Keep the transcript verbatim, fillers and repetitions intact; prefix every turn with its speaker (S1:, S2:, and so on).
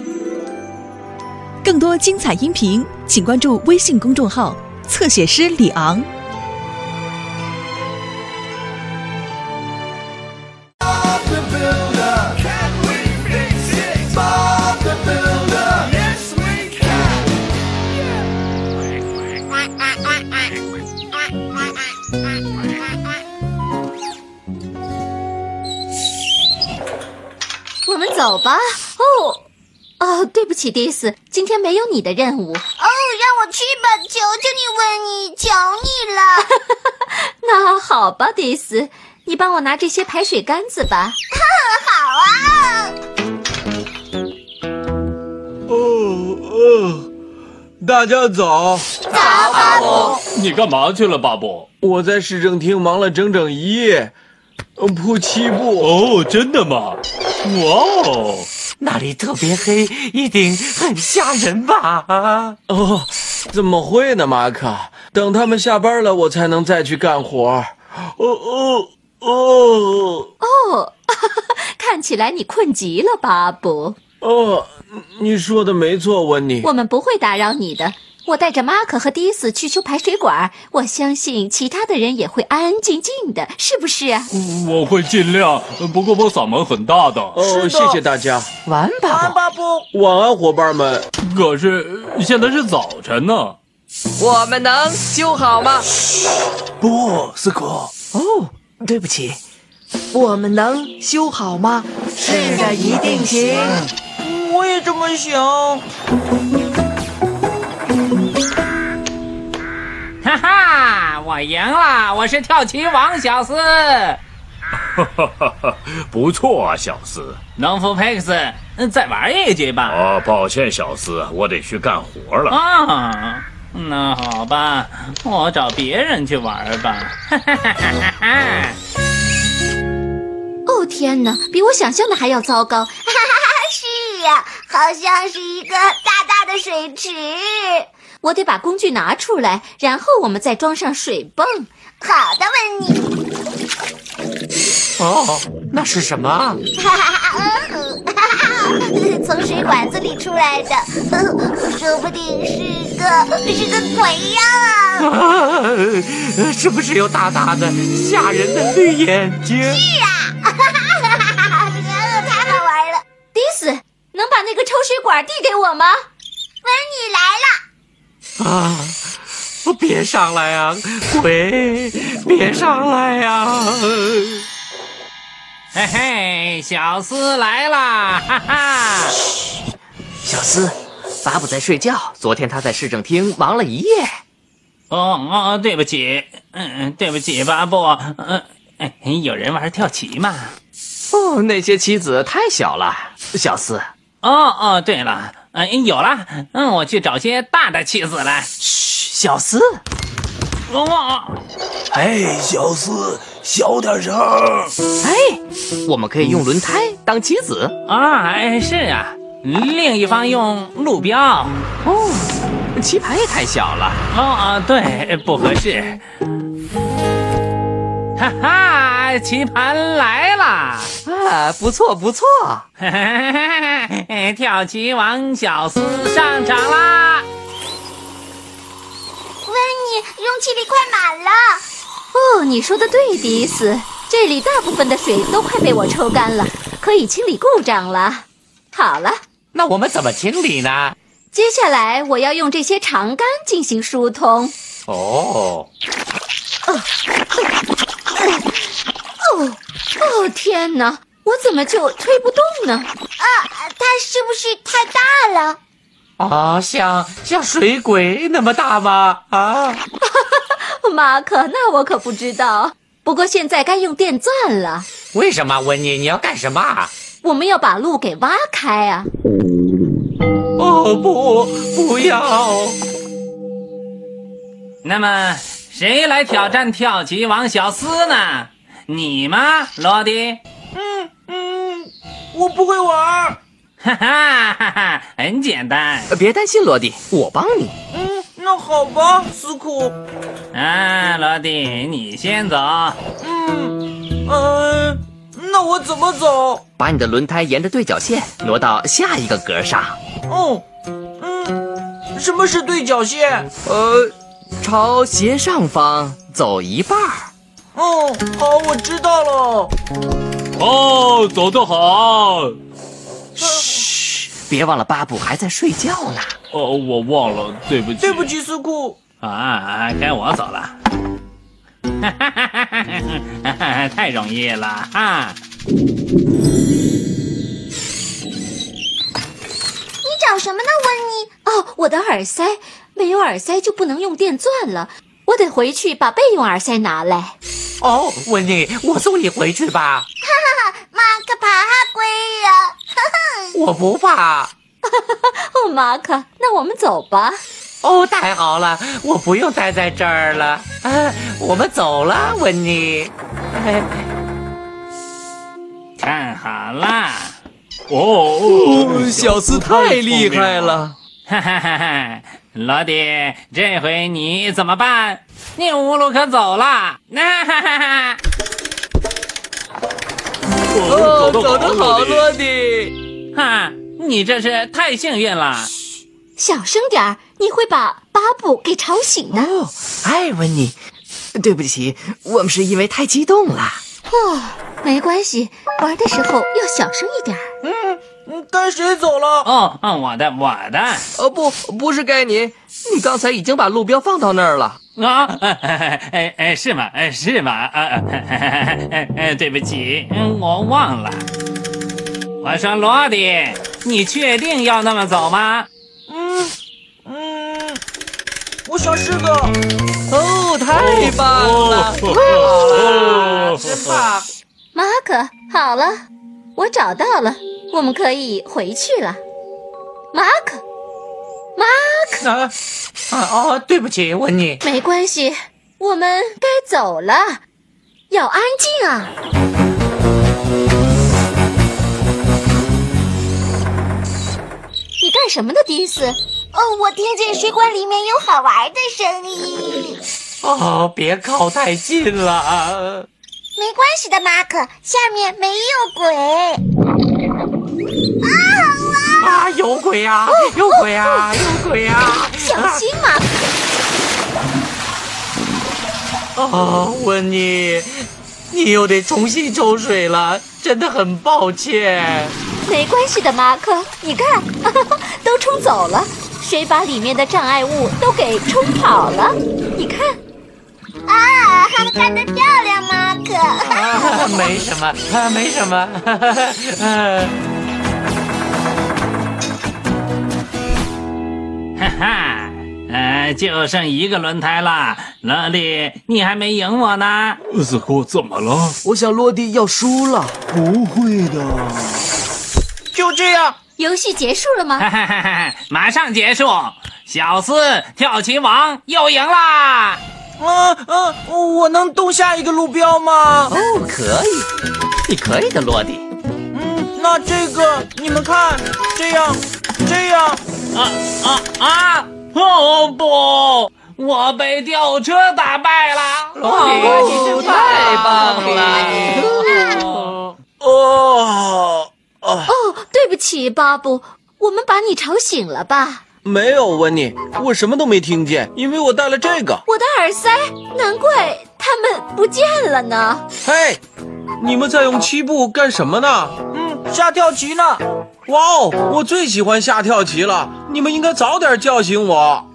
S1: 更多精彩音频，请关注微信公众号“侧写师李昂”。
S2: 我们走吧。哦，哦，对不起，迪斯，今天没有你的任务。
S3: 哦，让我去吧，求求你，温妮，求你了。
S2: 那好吧，迪斯，你帮我拿这些排水杆子吧。
S3: 好啊。
S4: 哦哦，大家早。
S3: 早，巴布。
S5: 你干嘛去了，巴布？
S4: 我在市政厅忙了整整一夜。铺漆布。
S5: 哦，真的吗？哇哦，
S6: 那里特别黑，一定很吓人吧？
S4: 哦，怎么会呢，马克？等他们下班了，我才能再去干活。哦哦哦
S2: 哦，看起来你困极了，巴布。
S4: 哦，你说的没错，温妮。
S2: 我们不会打扰你的。我带着马可和迪斯去修排水管，我相信其他的人也会安安静静的，是不是啊？
S5: 我会尽量，不过我嗓门很大的。
S4: 哦，谢谢大家。
S6: 晚安，巴布。
S7: 巴布。
S4: 晚安，伙伴们。
S5: 可是现在是早晨呢。
S8: 我们能修好吗？
S6: 不，斯库。哦，对不起。
S8: 我们能修好吗？是的，一定行。
S7: 我也这么想。
S9: 哈哈，我赢了！我是跳棋王小斯。
S5: 哈哈哈哈，不错啊，小斯。
S9: 农夫佩克斯，再玩一局吧。
S5: 哦，抱歉，小斯，我得去干活了。
S9: 啊，那好吧，我找别人去玩吧。哈哈哈哈哈！
S2: 哦天哪，比我想象的还要糟糕。
S3: 哈哈哈，是呀，好像是一个大大的水池。
S2: 我得把工具拿出来，然后我们再装上水泵。
S3: 好的，温妮。
S6: 哦，那是什么？
S3: 哈哈哈，从水管子里出来的，说不定是个是个鬼呀！
S6: 啊，是不是有大大的、吓人的绿眼睛？
S3: 是啊，哈哈哈哈，太好玩了。
S2: 迪斯，能把那个抽水管递给我吗？
S3: 温妮来了。
S6: 啊！别上来呀，鬼！别上来呀！
S9: 嘿嘿，小斯来啦！哈哈！
S6: 嘘，小斯，巴布在睡觉。昨天他在市政厅忙了一夜。
S9: 哦哦，对不起，嗯，对不起，巴布。嗯、呃，有人玩跳棋吗？
S6: 哦，那些棋子太小了，小斯。
S9: 哦哦，对了。嗯，有了，嗯，我去找些大的棋子来。
S6: 嘘，小斯。
S9: 哦，
S7: 哎，小斯，小点声。
S6: 哎，我们可以用轮胎当棋子
S9: 啊，哎，是啊，另一方用路标。
S6: 哦，棋盘也太小了。
S9: 哦啊，对，不合适。哈哈，棋盘来了！
S6: 啊，不错不错。
S9: 跳棋王小斯上场啦！
S3: 温妮，容器里快满了。
S2: 哦，你说的对，迪斯，这里大部分的水都快被我抽干了，可以清理故障了。好了，
S6: 那我们怎么清理呢？
S2: 接下来我要用这些长杆进行疏通。
S6: 哦。
S2: 哦。哦哦天哪！我怎么就推不动呢？
S3: 啊，它是不是太大了？
S6: 啊，像像水鬼那么大吗？啊，
S2: 马可，那我可不知道。不过现在该用电钻了。
S6: 为什么，温妮？你要干什么？
S2: 我们要把路给挖开啊！
S6: 哦不，不要！
S9: 那么谁来挑战跳棋王小斯呢？你吗，罗迪？
S7: 嗯嗯，我不会玩。
S9: 哈哈哈哈，很简单。
S6: 别担心，罗迪，我帮你。
S7: 嗯，那好吧，斯库。
S9: 啊，罗迪，你先走。
S7: 嗯，呃，那我怎么走？
S10: 把你的轮胎沿着对角线挪到下一个格上。
S7: 哦，嗯，什么是对角线？
S10: 呃，朝斜上方走一半儿。
S7: 哦，好，我知道了。
S5: 哦，走得好。
S10: 嘘，别忘了巴布还在睡觉呢。
S5: 哦，我忘了，对不起。
S7: 对不起，斯库。
S9: 啊，该我走了。哈哈哈哈哈哈！太容易了啊！
S3: 你找什么呢，温妮？
S2: 哦，我的耳塞，没有耳塞就不能用电钻了，我得回去把备用耳塞拿来。
S6: 哦，温妮，我送你回去吧。
S3: 哈哈哈，马克怕鬼呀！哈哈，
S6: 我不怕。
S2: 哦，马克，那我们走吧。
S6: 哦，太好了，我不用待在这儿了。啊，我们走了，温妮。哎，
S9: 看好了。
S5: 哦，
S10: 哦，小斯太厉害了。
S9: 哈哈哈哈！罗迪，这回你怎么办？你无路可走了。哈哈哈哈！
S10: 哦，走得好，罗迪。
S9: 哈，你这是太幸运了。
S2: 小声点儿，你会把巴布给吵醒的。
S10: 哦，哎，温妮，对不起，我们是因为太激动了。
S2: 哦，没关系，玩的时候要小声一点。
S7: 嗯嗯，该谁走了？
S9: 哦，我的，我的。
S10: 哦，不，不是该你，你刚才已经把路标放到那儿了。
S9: 啊，哎哎，是吗？是吗？啊，哎，对不起，我忘了。我说罗迪，你确定要那么走吗？
S7: 嗯嗯，我想是的。
S10: 哦，太棒了！
S7: 太好了，真棒！
S2: 马可，好了，我找到了，我们可以回去了。马可，马可，
S6: 啊啊哦，对不起，温妮。
S2: 没关系，我们该走了，要安静啊！你干什么呢，迪斯？
S3: 哦，我听见水管里面有好玩的声音。
S6: 哦，别靠太近了。
S3: 没关系的，马克，下面没有鬼。啊
S6: 啊！有鬼呀！有鬼呀！有鬼呀！
S2: 小心，马克！
S6: 哦，温妮，你又得重新抽水了，真的很抱歉。
S2: 没关系的，马克，你看，都冲走了，水把里面的障碍物都给冲跑了。你看，
S3: 啊，干得漂亮，马克。
S6: 啊，没什么，啊，没什么。
S9: 哈哈，呃，就剩一个轮胎了，罗迪，你还没赢我呢。
S5: 斯库怎么了？
S10: 我想洛蒂要输了。
S4: 不会的。
S7: 就这样，
S2: 游戏结束了吗？
S9: 哈哈哈哈！马上结束，小斯跳棋王又赢啦！
S7: 嗯嗯，我能动下一个路标吗？
S10: 哦，可以，你可以的，洛迪。
S7: 嗯，那这个你们看，这样，这样。
S9: 啊啊啊！哦不，我被吊车打败了！
S6: 罗迪，你真太棒
S7: 了！哦。
S2: 哦，对不起，巴布，我们把你吵醒了吧？
S4: 没有，温妮，我什么都没听见，因为我带了这个。
S2: 我的耳塞，难怪它们不见了呢。
S4: 嘿，你们在用七步干什么呢？
S7: 嗯，下跳棋呢。
S4: 哇哦，我最喜欢下跳棋了，你们应该早点叫醒我。